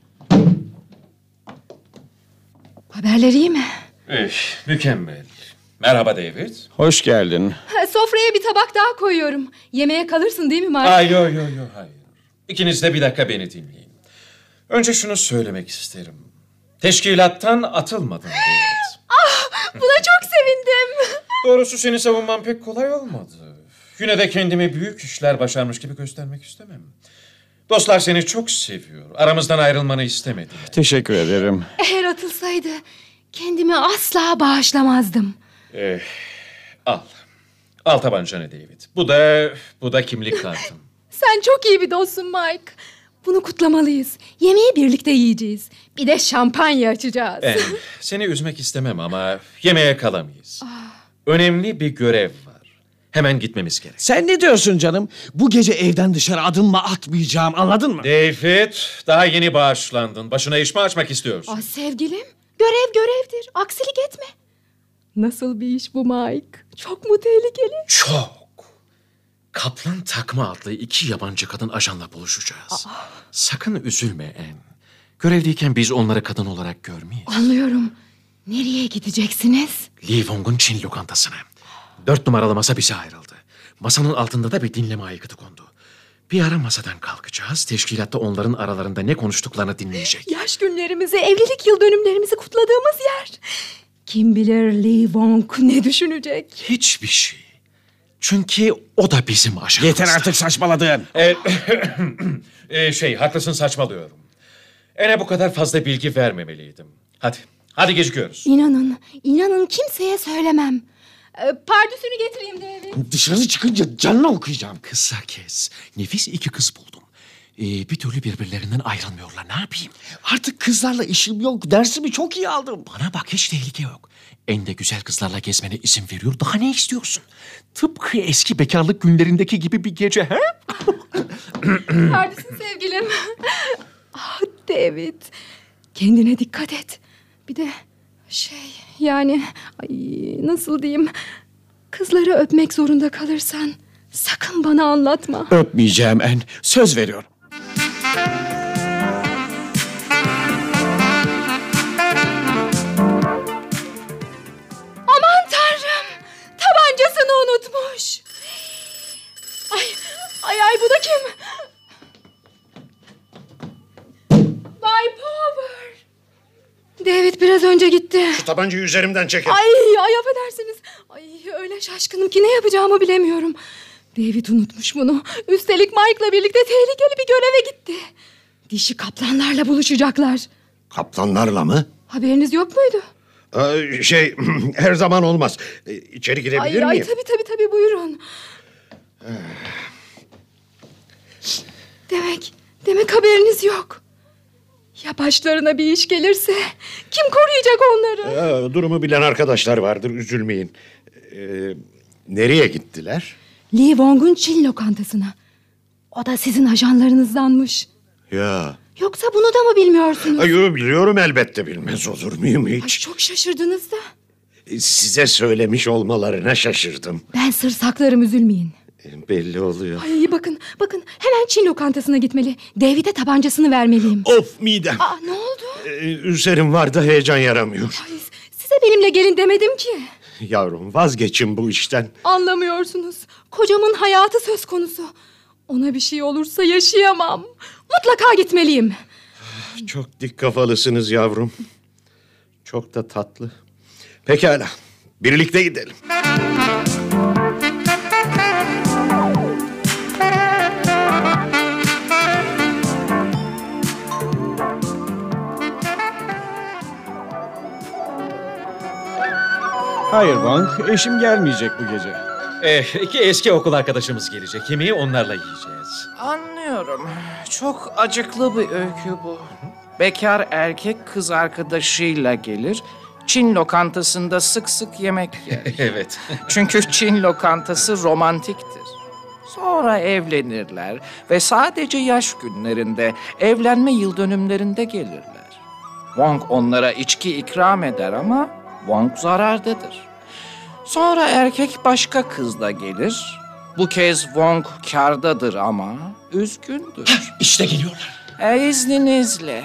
Haberler iyi mi? Mükemmel. Merhaba David. Hoş geldin. Sofraya bir tabak daha koyuyorum. Yemeğe kalırsın değil mi Mike? Hayır. İkiniz de bir dakika beni dinleyin. Önce şunu söylemek isterim. Teşkilattan atılmadım David. Buna çok sevindim. Doğrusu seni savunmam pek kolay olmadı. Yine de kendimi büyük işler başarmış gibi göstermek istemem. Dostlar seni çok seviyor. Aramızdan ayrılmanı istemedim. Teşekkür ederim. Eğer atılsaydı kendimi asla bağışlamazdım. Al tabancanı David. Bu da kimlik kartım. Sen çok iyi bir dostsun Mike. Bunu kutlamalıyız. Yemeği birlikte yiyeceğiz. Bir de şampanya açacağız. Seni üzmek istemem ama yemeğe kalamayız. Önemli bir görev var. Hemen gitmemiz gerek. Sen ne diyorsun canım? Bu gece evden dışarı adım mı atmayacağım, anladın mı? David, daha yeni bağışlandın. Başına iş mi açmak istiyorsun? Sevgilim, görev görevdir. Aksilik etme. Nasıl bir iş bu Mike? Çok mu tehlikeli? Çok. Kaplan Takma adlı 2 yabancı kadın ajanla buluşacağız. Sakın üzülme Anne. Görevdeyken biz onları kadın olarak görmeyiz. Anlıyorum. Nereye gideceksiniz? Lee Wong'un Çin lokantasına. 4 numaralı masa bize ayrıldı. Masanın altında da bir dinleme aygıtı kondu. Bir ara masadan kalkacağız. Teşkilatta onların aralarında ne konuştuklarını dinleyecek. Yaş günlerimizi, evlilik yıl dönümlerimizi kutladığımız yer. Kim bilir Lee Wong ne düşünecek? Hiçbir şey. Çünkü o da bizim ajanımızda. Yeter artık saçmaladığın. Haklısın, saçmalıyorum. Bu kadar fazla bilgi vermemeliydim. Hadi gecikiyoruz. İnanın kimseye söylemem. Pardüsünü getireyim David. Dışarı çıkınca canına okuyacağım. Kısa kes. Nefis 2 kız buldum. Bir türlü birbirlerinden ayrılmıyorlar. Ne yapayım? Artık kızlarla işim yok. Dersimi çok iyi aldım. Bana bak, hiç tehlike yok. En de güzel kızlarla gezmene izin veriyor. Daha ne istiyorsun? Tıpkı eski bekarlık günlerindeki gibi bir gece, he? Pardüsün sevgilim. David. Kendine dikkat et. Bir de nasıl diyeyim? Kızları öpmek zorunda kalırsan sakın bana anlatma. Öpmeyeceğim En. Söz veriyorum. Aman Tanrım! Tabancasını unutmuş. Ay bu da kim? Bay Power. David biraz önce gitti. Şu tabancayı üzerimden çekin. Ay affedersiniz. Öyle şaşkınım ki ne yapacağımı bilemiyorum. David unutmuş bunu. Üstelik Mike'la birlikte tehlikeli bir göreve gitti. Dişi kaplanlarla buluşacaklar. Kaplanlarla mı? Haberiniz yok muydu? Her zaman olmaz. İçeri girebilir miyim? Tabii buyurun. Demek haberiniz yok. Ya başlarına bir iş gelirse kim koruyacak onları? Durumu bilen arkadaşlar vardır, üzülmeyin. Nereye gittiler? Lee Wong'un Çin lokantasına. O da sizin ajanlarınızdanmış. Ya. Yoksa bunu da mı bilmiyorsunuz? Biliyorum elbette, bilmez olur muyum hiç? Çok şaşırdınız da. Size söylemiş olmalarına şaşırdım. Ben sır saklarım, üzülmeyin. Belli oluyor. Bakın hemen Çin lokantasına gitmeli. David'e tabancasını vermeliyim. Of, midem. Ne oldu? Üzerim var da heyecan yaramıyor. Size benimle gelin demedim ki. Yavrum, vazgeçin bu işten. Anlamıyorsunuz. Kocamın hayatı söz konusu. Ona bir şey olursa yaşayamam. Mutlaka gitmeliyim. Çok dik kafalısınız yavrum. Çok da tatlı. Pekala, birlikte gidelim. Hayır Wong, eşim gelmeyecek bu gece. 2 eski okul arkadaşımız gelecek. Yemeği onlarla yiyeceğiz. Anlıyorum. Çok acıklı bir öykü bu. Bekar erkek kız arkadaşıyla gelir, Çin lokantasında sık sık yemek yer. Evet. Çünkü Çin lokantası romantiktir. Sonra evlenirler ve sadece yaş günlerinde, evlenme yıl dönümlerinde gelirler. Wong onlara içki ikram eder ama Wong zarardadır. Sonra erkek başka kızla gelir. Bu kez Wong kârdadır ama üzgündür. İşte geliyorlar. İzninizle.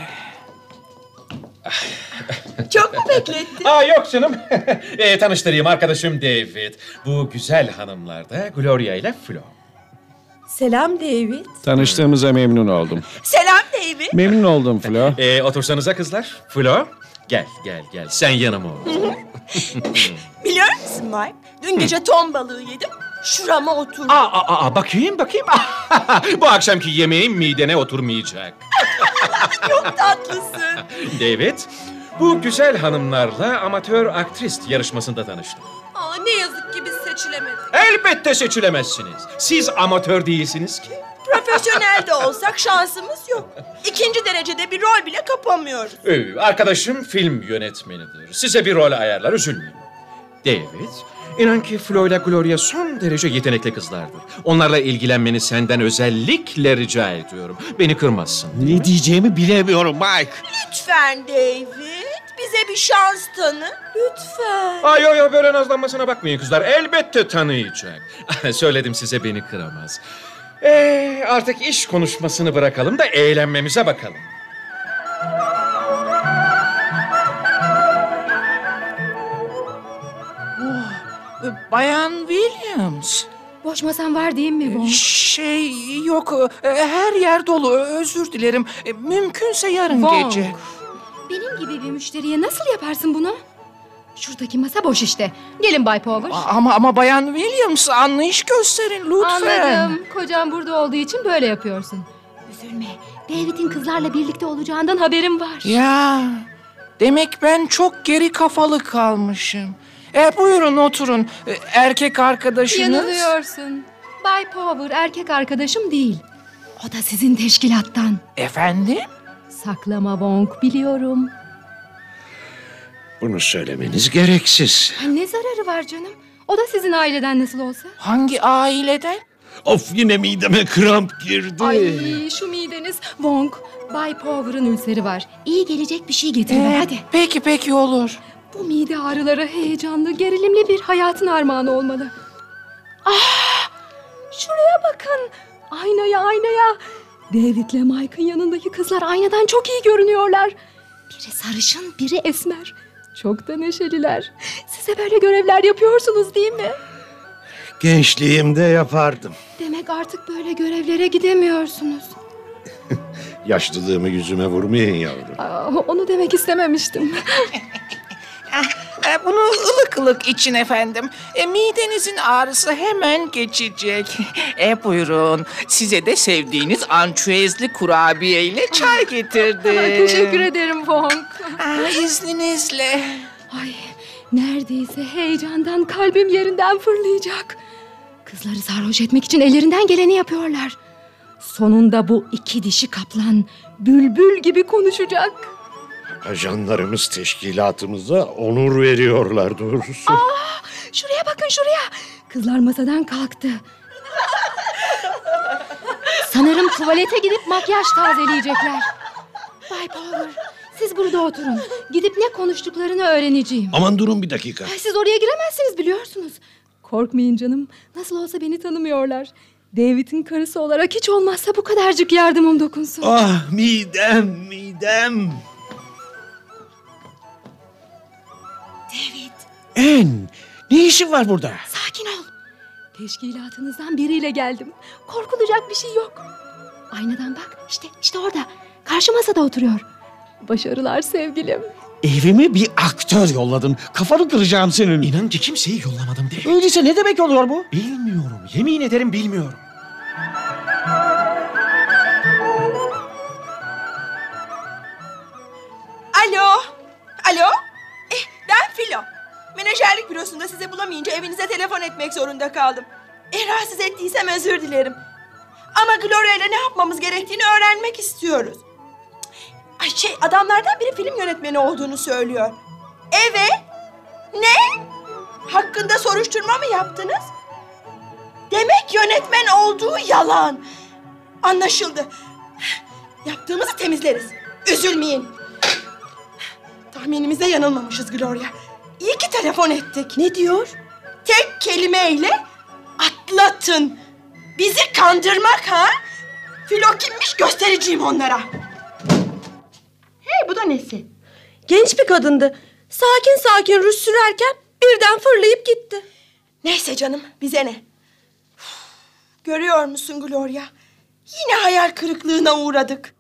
Çok mu beklettin? Yok canım. Tanıştırayım, arkadaşım David. Bu güzel hanımlar da Gloria ile Flo. Selam David. Tanıştığımıza memnun oldum. Selam David. Memnun oldum Flo. Otursanıza kızlar. Flo, gel. Sen yanıma otur. Biliyor musun Mike? Dün gece ton balığı yedim. Şurama oturdum. Bakayım. Bu akşamki yemeğin midene oturmayacak. Çok tatlısın. David, bu güzel hanımlarla amatör aktrist yarışmasında tanıştım. Ne yazık ki biz seçilemedik. Elbette seçilemezsiniz. Siz amatör değilsiniz ki. Profesyonel de olsak şansımız yok. 2. derecede bir rol bile kapamıyoruz. Arkadaşım film yönetmenidir. Size bir rol ayarlar, üzülmeyin. David, inan ki Flo ile Gloria son derece yetenekli kızlardır. Onlarla ilgilenmeni senden özellikle rica ediyorum. Beni kırmazsın. Ne diyeceğimi bilemiyorum Mike. Lütfen David, bize bir şans tanı. Lütfen. Yok, böyle nazlanmasına bakmayın kızlar. Elbette tanıyacak. Söyledim size, beni kıramaz. Artık iş konuşmasını bırakalım da eğlenmemize bakalım. Bayan Williams. Boş masan var değil mi Wong? Yok, her yer dolu, özür dilerim. Mümkünse yarın Wong, gece. benim gibi bir müşteriye nasıl yaparsın bunu? Şuradaki masa boş işte. Gelin Bay Power. Ama Bayan Williams, anlayış gösterin lütfen. Anladım. Kocam burada olduğu için böyle yapıyorsun. Üzülme. David'in kızlarla birlikte olacağından haberim var. Ya, demek ben çok geri kafalı kalmışım. Buyurun oturun. Erkek arkadaşınız? Yanılıyorsun. Bay Power erkek arkadaşım değil. O da sizin teşkilattan. Efendim? Saklama Wong, biliyorum. Bunu söylemeniz gereksiz. Ne zararı var canım? O da sizin aileden nasıl olsa. Hangi aileden? Of, yine mideme kramp girdi. Ay şu mideniz. Wong, Bay Power'ın ülseri var. İyi gelecek bir şey getirin hadi. Peki olur. Bu mide ağrıları heyecanlı, gerilimli bir hayatın armağanı olmalı. Şuraya bakın. Aynaya. David'le Mike'ın yanındaki kızlar aynadan çok iyi görünüyorlar. Biri sarışın, biri esmer. Çok da neşeliler. Size böyle görevler yapıyorsunuz değil mi? Gençliğimde yapardım. Demek artık böyle görevlere gidemiyorsunuz. Yaşlılığımı yüzüme vurmayın yavrum. Onu demek istememiştim. Bunu ılık için efendim. Midenizin ağrısı hemen geçecek. Buyurun. Size de sevdiğiniz ançüezli kurabiye ile çay getirdim. Teşekkür ederim Wong. İzninizle. Ay, neredeyse heyecandan kalbim yerinden fırlayacak. Kızları sarhoş etmek için ellerinden geleni yapıyorlar. Sonunda bu iki dişi kaplan bülbül gibi konuşacak. Ajanlarımız teşkilatımıza onur veriyorlar doğrusu. Şuraya bakın şuraya. Kızlar masadan kalktı. Sanırım tuvalete gidip makyaj tazeleyecekler. Bay Power, siz burada oturun. Gidip ne konuştuklarını öğreneceğim. Aman durun bir dakika. Siz oraya giremezsiniz biliyorsunuz. Korkmayın canım. Nasıl olsa beni tanımıyorlar. David'in karısı olarak hiç olmazsa bu kadarcık yardımım dokunsun. Ah, midem. David. En, ne işin var burada? Sakin ol. Teşkilatınızdan biriyle geldim. Korkulacak bir şey yok. Aynadan bak. İşte orada. Karşı masada oturuyor. Başarılar sevgilim. Evime bir aktör yolladın. Kafanı kıracağım senin. İnan ki kimseyi yollamadım David. Öyleyse ne demek oluyor bu? Bilmiyorum. Yemin ederim bilmiyorum. Alo? Ben Filo. Menajerlik bürosunda sizi bulamayınca evinize telefon etmek zorunda kaldım. Rahatsız ettiysem özür dilerim. Ama Gloria ile ne yapmamız gerektiğini öğrenmek istiyoruz. Adamlardan biri film yönetmeni olduğunu söylüyor. Evet. Ne? Hakkında soruşturma mı yaptınız? Demek yönetmen olduğu yalan. Anlaşıldı. Yaptığımızı temizleriz. Üzülmeyin. Tahminimizde yanılmamışız Gloria. İyi ki telefon ettik. Ne diyor? Tek kelimeyle atlatın. Bizi kandırmak ha? Filo kimmiş göstereceğim onlara. Hey, bu da nesi? Genç bir kadındı. Sakin rüz sürerken birden fırlayıp gitti. Neyse canım, bize ne? Görüyor musun Gloria? Yine hayal kırıklığına uğradık.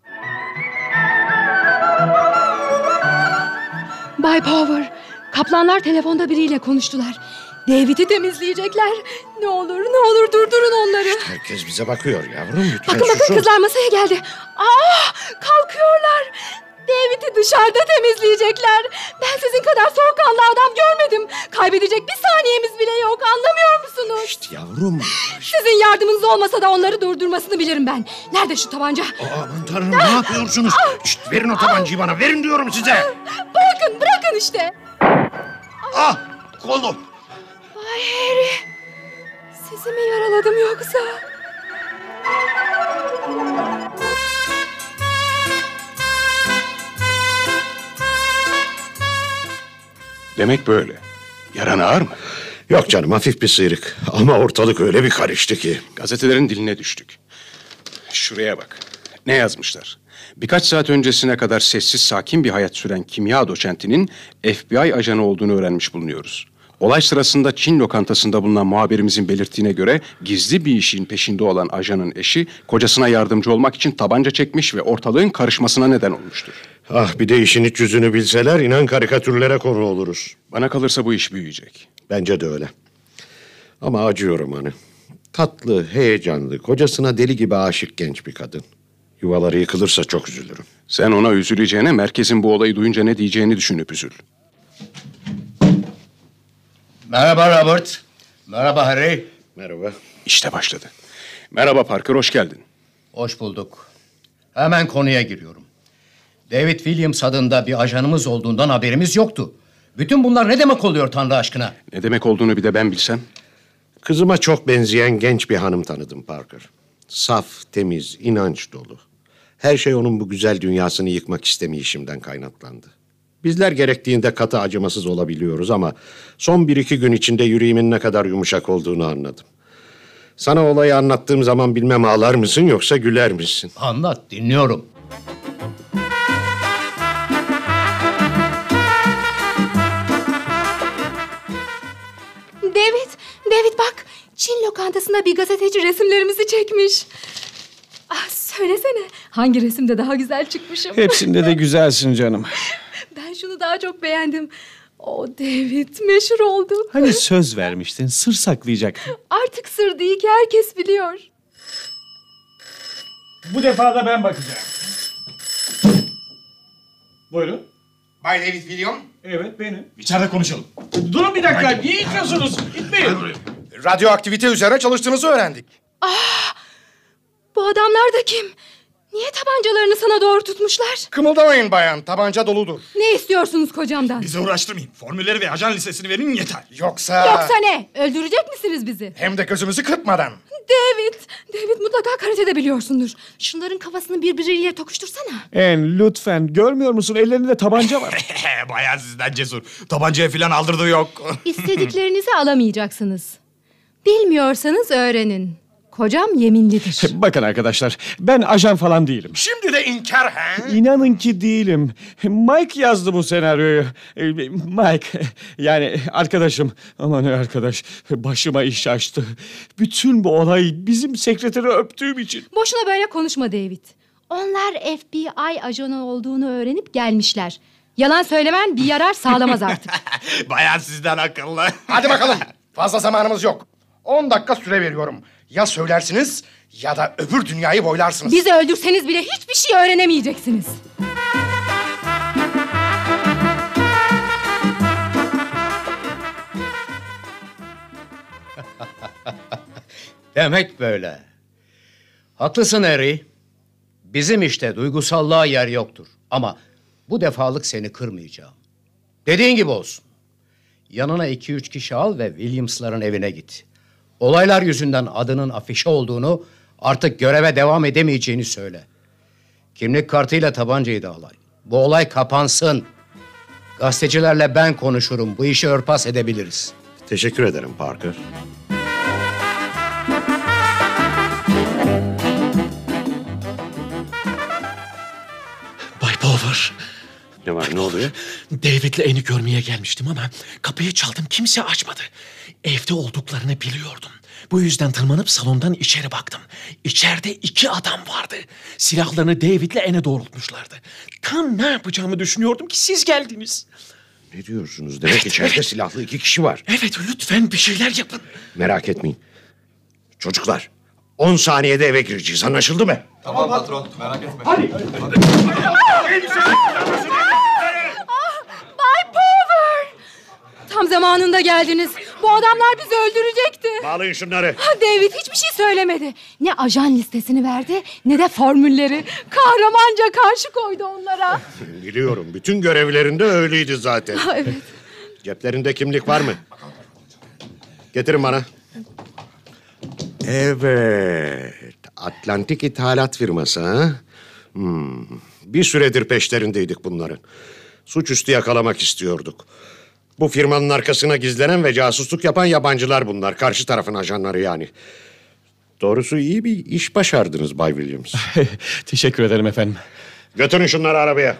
Bay Power, kaplanlar telefonda biriyle konuştular. David'i temizleyecekler. Ne olur durdurun onları. Herkes bize bakıyor yavrum, lütfen Bakın susun. kızlar masaya geldi. Kalkıyorlar. David'i dışarıda temizleyecekler. Ben sizin kadar soğukkanlı adam görmedim. Kaybedecek bir saniyemiz bile yok, anlamıyor musunuz? Şşt yavrum. Sizin yardımınız olmasa da onları durdurmasını bilirim ben. Nerede şu tabanca? Aman tanrım, ne yapıyorsunuz? Şşt, verin o tabancayı bana, verin diyorum size. Bırakın işte. Kolum. Bay Harry, sizi mi yaraladım yoksa? Demek böyle. Yaran ağır mı? Yok canım, hafif bir sıyrık. Ama ortalık öyle bir karıştı ki. Gazetelerin diline düştük. Şuraya bak. Ne yazmışlar? Birkaç saat öncesine kadar sessiz sakin bir hayat süren kimya doçentinin FBI ajanı olduğunu öğrenmiş bulunuyoruz. Olay sırasında Çin lokantasında bulunan muhabirimizin belirttiğine göre gizli bir işin peşinde olan ajanın eşi kocasına yardımcı olmak için tabanca çekmiş ve ortalığın karışmasına neden olmuştur. Ah, bir de işin iç yüzünü bilseler inan karikatürlere konu oluruz. Bana kalırsa bu iş büyüyecek. Bence de öyle. Ama acıyorum hani. Tatlı, heyecanlı, kocasına deli gibi aşık genç bir kadın. Yuvaları yıkılırsa çok üzülürüm. Sen ona üzüleceğine merkezin bu olayı duyunca ne diyeceğini düşünüp üzül. Merhaba Robert. Merhaba Harry. Merhaba. İşte başladı. Merhaba Parker, hoş geldin. Hoş bulduk. Hemen konuya giriyorum. David Williams adında bir ajanımız olduğundan haberimiz yoktu. Bütün bunlar ne demek oluyor Tanrı aşkına? Ne demek olduğunu bir de ben bilsem. Kızıma çok benzeyen genç bir hanım tanıdım Parker. Saf, temiz, inanç dolu. Her şey onun bu güzel dünyasını yıkmak istemeyişimden kaynaklandı. Bizler gerektiğinde katı acımasız olabiliyoruz ama son 1-2 gün içinde yüreğimin ne kadar yumuşak olduğunu anladım. Sana olayı anlattığım zaman bilmem ağlar mısın yoksa güler misin? Anlat, dinliyorum. David bak. Çin lokantasında bir gazeteci resimlerimizi çekmiş. Ah, söylesene, hangi resimde daha güzel çıkmışım? Hepsinde de güzelsin canım. Ben şunu daha çok beğendim. O David meşhur oldu. Hani söz vermiştin, sır saklayacaktın. Artık sır değil ki, herkes biliyor. Bu defa da ben bakacağım. Buyurun. Bay David William. Evet, benim. İçeride konuşalım. Durun bir dakika, niye itiyorsunuz? Gitmeyin. Radyoaktivite üzerine çalıştığınızı öğrendik. Bu adamlar da kim? Niye tabancalarını sana doğru tutmuşlar? Kımıldamayın bayan, tabanca doludur. Ne istiyorsunuz kocamdan? Bizi uğraştırmayın. Formülleri ve ajan listesini verin yeter. Yoksa ne? Öldürecek misiniz bizi? hem de gözümüzü kırpmadan. David mutlaka karatede biliyorsundur. Şunların kafasını birbiriyle tokuştursana. En lütfen, görmüyor musun? Ellerinde tabanca var. Bayan sizden cesur. Tabancaya falan aldırdığı yok. İstediklerinizi alamayacaksınız. Bilmiyorsanız öğrenin. Kocam yeminlidir. Bakın arkadaşlar, ben ajan falan değilim. Şimdi de inkar ha? İnanın ki değilim. Mike yazdı bu senaryoyu. Mike, yani arkadaşım. Aman arkadaş, başıma iş açtı. Bütün bu olay bizim sekreteri öptüğüm için. Boşuna böyle konuşma David. Onlar FBI ajanı olduğunu öğrenip gelmişler. Yalan söylemen bir yarar sağlamaz artık. Bayan sizden akıllı. Hadi bakalım. Fazla zamanımız yok. 10 dakika süre veriyorum. Ya söylersiniz ya da öbür dünyayı boylarsınız. Bizi öldürseniz bile hiçbir şey öğrenemeyeceksiniz. Demek böyle. Haklısın Harry. Bizim işte duygusallığa yer yoktur. Ama bu defalık seni kırmayacağım. Dediğin gibi olsun. Yanına 2-3 kişi al ve Williams'ların evine git. Olaylar yüzünden adının afişe olduğunu, artık göreve devam edemeyeceğini söyle. Kimlik kartıyla tabancayı da alay. Bu olay kapansın. Gazetecilerle ben konuşurum. Bu işi örtbas edebiliriz. Teşekkür ederim Parker. Bay Power. Ne var, ne oluyor? David'le Anne'i görmeye gelmiştim ama kapıyı çaldım, kimse açmadı. Evde olduklarını biliyordum. Bu yüzden tırmanıp salondan içeri baktım. İçeride 2 adam vardı. Silahlarını David'le Anne'e doğrultmuşlardı. Tam ne yapacağımı düşünüyordum ki siz geldiniz. Ne diyorsunuz? Demek içeride silahlı 2 kişi var. Evet, lütfen bir şeyler yapın. Merak etmeyin. Çocuklar, 10 saniyede eve gireceğiz. Anlaşıldı mı? Tamam patron, merak etme. Hadi. Bay Power! Tam zamanında geldiniz. Bu adamlar bizi öldürecekti. Bağlayın şunları. David hiçbir şey söylemedi. Ne ajan listesini verdi ne de formülleri. Kahramanca karşı koydu onlara. Biliyorum, bütün görevlerinde öyleydi zaten. Evet. Ceplerinde kimlik var mı? Getirin bana. Evet, Atlantik İthalat Firması ha? Bir süredir peşlerindeydik bunların. Suçüstü yakalamak istiyorduk. Bu firmanın arkasına gizlenen ve casusluk yapan yabancılar bunlar. Karşı tarafın ajanları yani. Doğrusu iyi bir iş başardınız Bay Williams. Teşekkür ederim efendim. Götürün şunları arabaya.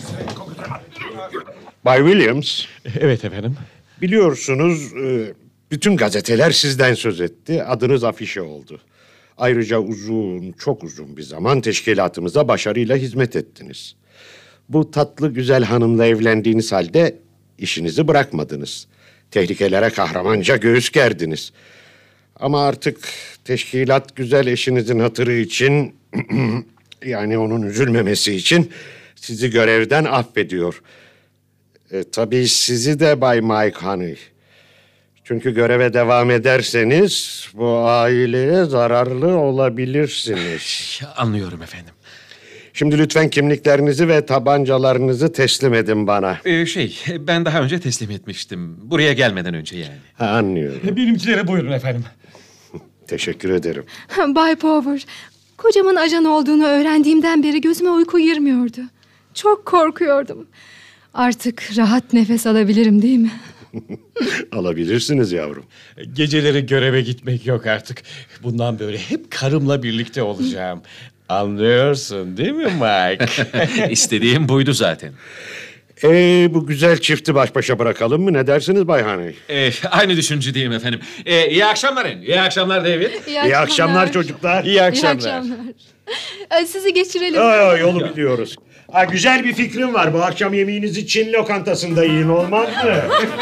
Bay Williams. Evet efendim. Biliyorsunuz bütün gazeteler sizden söz etti. Adınız afişe oldu. Ayrıca uzun, çok uzun bir zaman teşkilatımıza başarıyla hizmet ettiniz. Bu tatlı güzel hanımla evlendiğiniz halde işinizi bırakmadınız. Tehlikelere kahramanca göğüs gerdiniz. Ama artık teşkilat güzel eşinizin hatırı için yani onun üzülmemesi için sizi görevden affediyor. Tabii sizi de Bay Mike Honey. Çünkü göreve devam ederseniz bu aileye zararlı olabilirsiniz. Anlıyorum efendim. Şimdi lütfen kimliklerinizi ve tabancalarınızı teslim edin bana. Ben daha önce teslim etmiştim. Buraya gelmeden önce yani. Anlıyorum. Benimkilere buyurun efendim. Teşekkür ederim. Bay Power, kocamın ajan olduğunu öğrendiğimden beri gözüme uyku girmiyordu. Çok korkuyordum. Artık rahat nefes alabilirim değil mi? Alabilirsiniz yavrum. Geceleri göreve gitmek yok artık. Bundan böyle hep karımla birlikte olacağım. Anlıyorsun değil mi Mike? İstediğim buydu zaten. Bu güzel çifti baş başa bırakalım mı? Ne dersiniz Bay Honey? Aynı düşüncedeyim efendim. İyi akşamlar. İyi akşamlar David. İyi akşamlar çocuklar. İyi akşamlar. İyi akşamlar. Sizi geçirelim. Yolu biliyoruz. Güzel bir fikrim var. Bu akşam yemeğinizi Çin lokantasında yiyin, olmaz mı?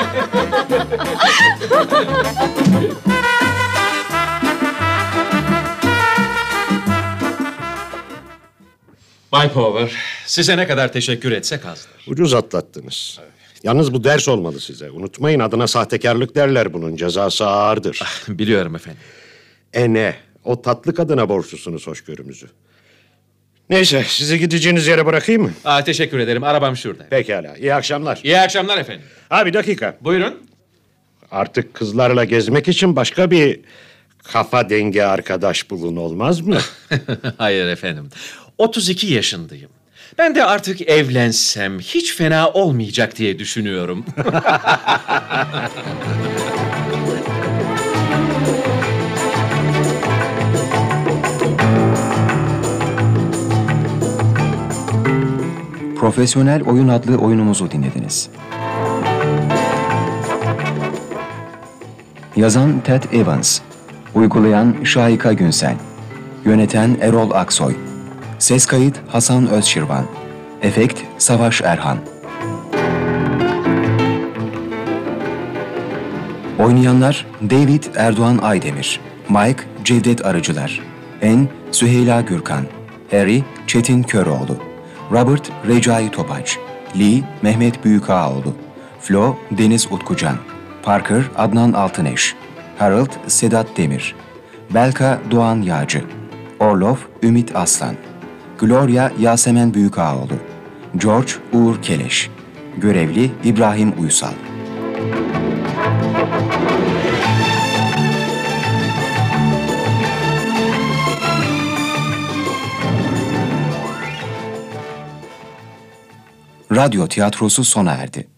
Bay Power, size ne kadar teşekkür etsek azdır. Ucuz atlattınız. Yalnız bu ders olmalı size. Unutmayın, adına sahtekarlık derler bunun. Cezası ağırdır. Biliyorum efendim. Ne? O tatlı kadına borçlusunuz hoşgörümüzü. Neyse, sizi gideceğiniz yere bırakayım mı? Teşekkür ederim. Arabam şurada. Pekala. İyi akşamlar. İyi akşamlar efendim. Bir dakika. Buyurun. Artık kızlarla gezmek için başka bir kafa dengi arkadaş bulun, olmaz mı? Hayır efendim. 32 yaşındayım. Ben de artık evlensem hiç fena olmayacak diye düşünüyorum. Profesyonel Oyun adlı oyunumuzu dinlediniz. Yazan Ted Evans, uygulayan Şahika Günsel, yöneten Erol Aksoy, ses kayıt Hasan Özşirvan, efekt Savaş Erhan. Oynayanlar David Erdoğan Aydemir, Mike Cevdet Arıcılar, Anne Süheyla Gürkan, Harry Çetin Köroğlu, Robert Recai Topaç, Lee Mehmet Büyükağaoğlu, Flo Deniz Utkucan, Parker Adnan Altıneş, Harold Sedat Demir, Belka Doğan Yağcı, Orlov Ümit Aslan, Gloria Yasemen Büyükağaoğlu, George Uğur Keleş, görevli İbrahim Uysal. Radyo tiyatrosu sona erdi.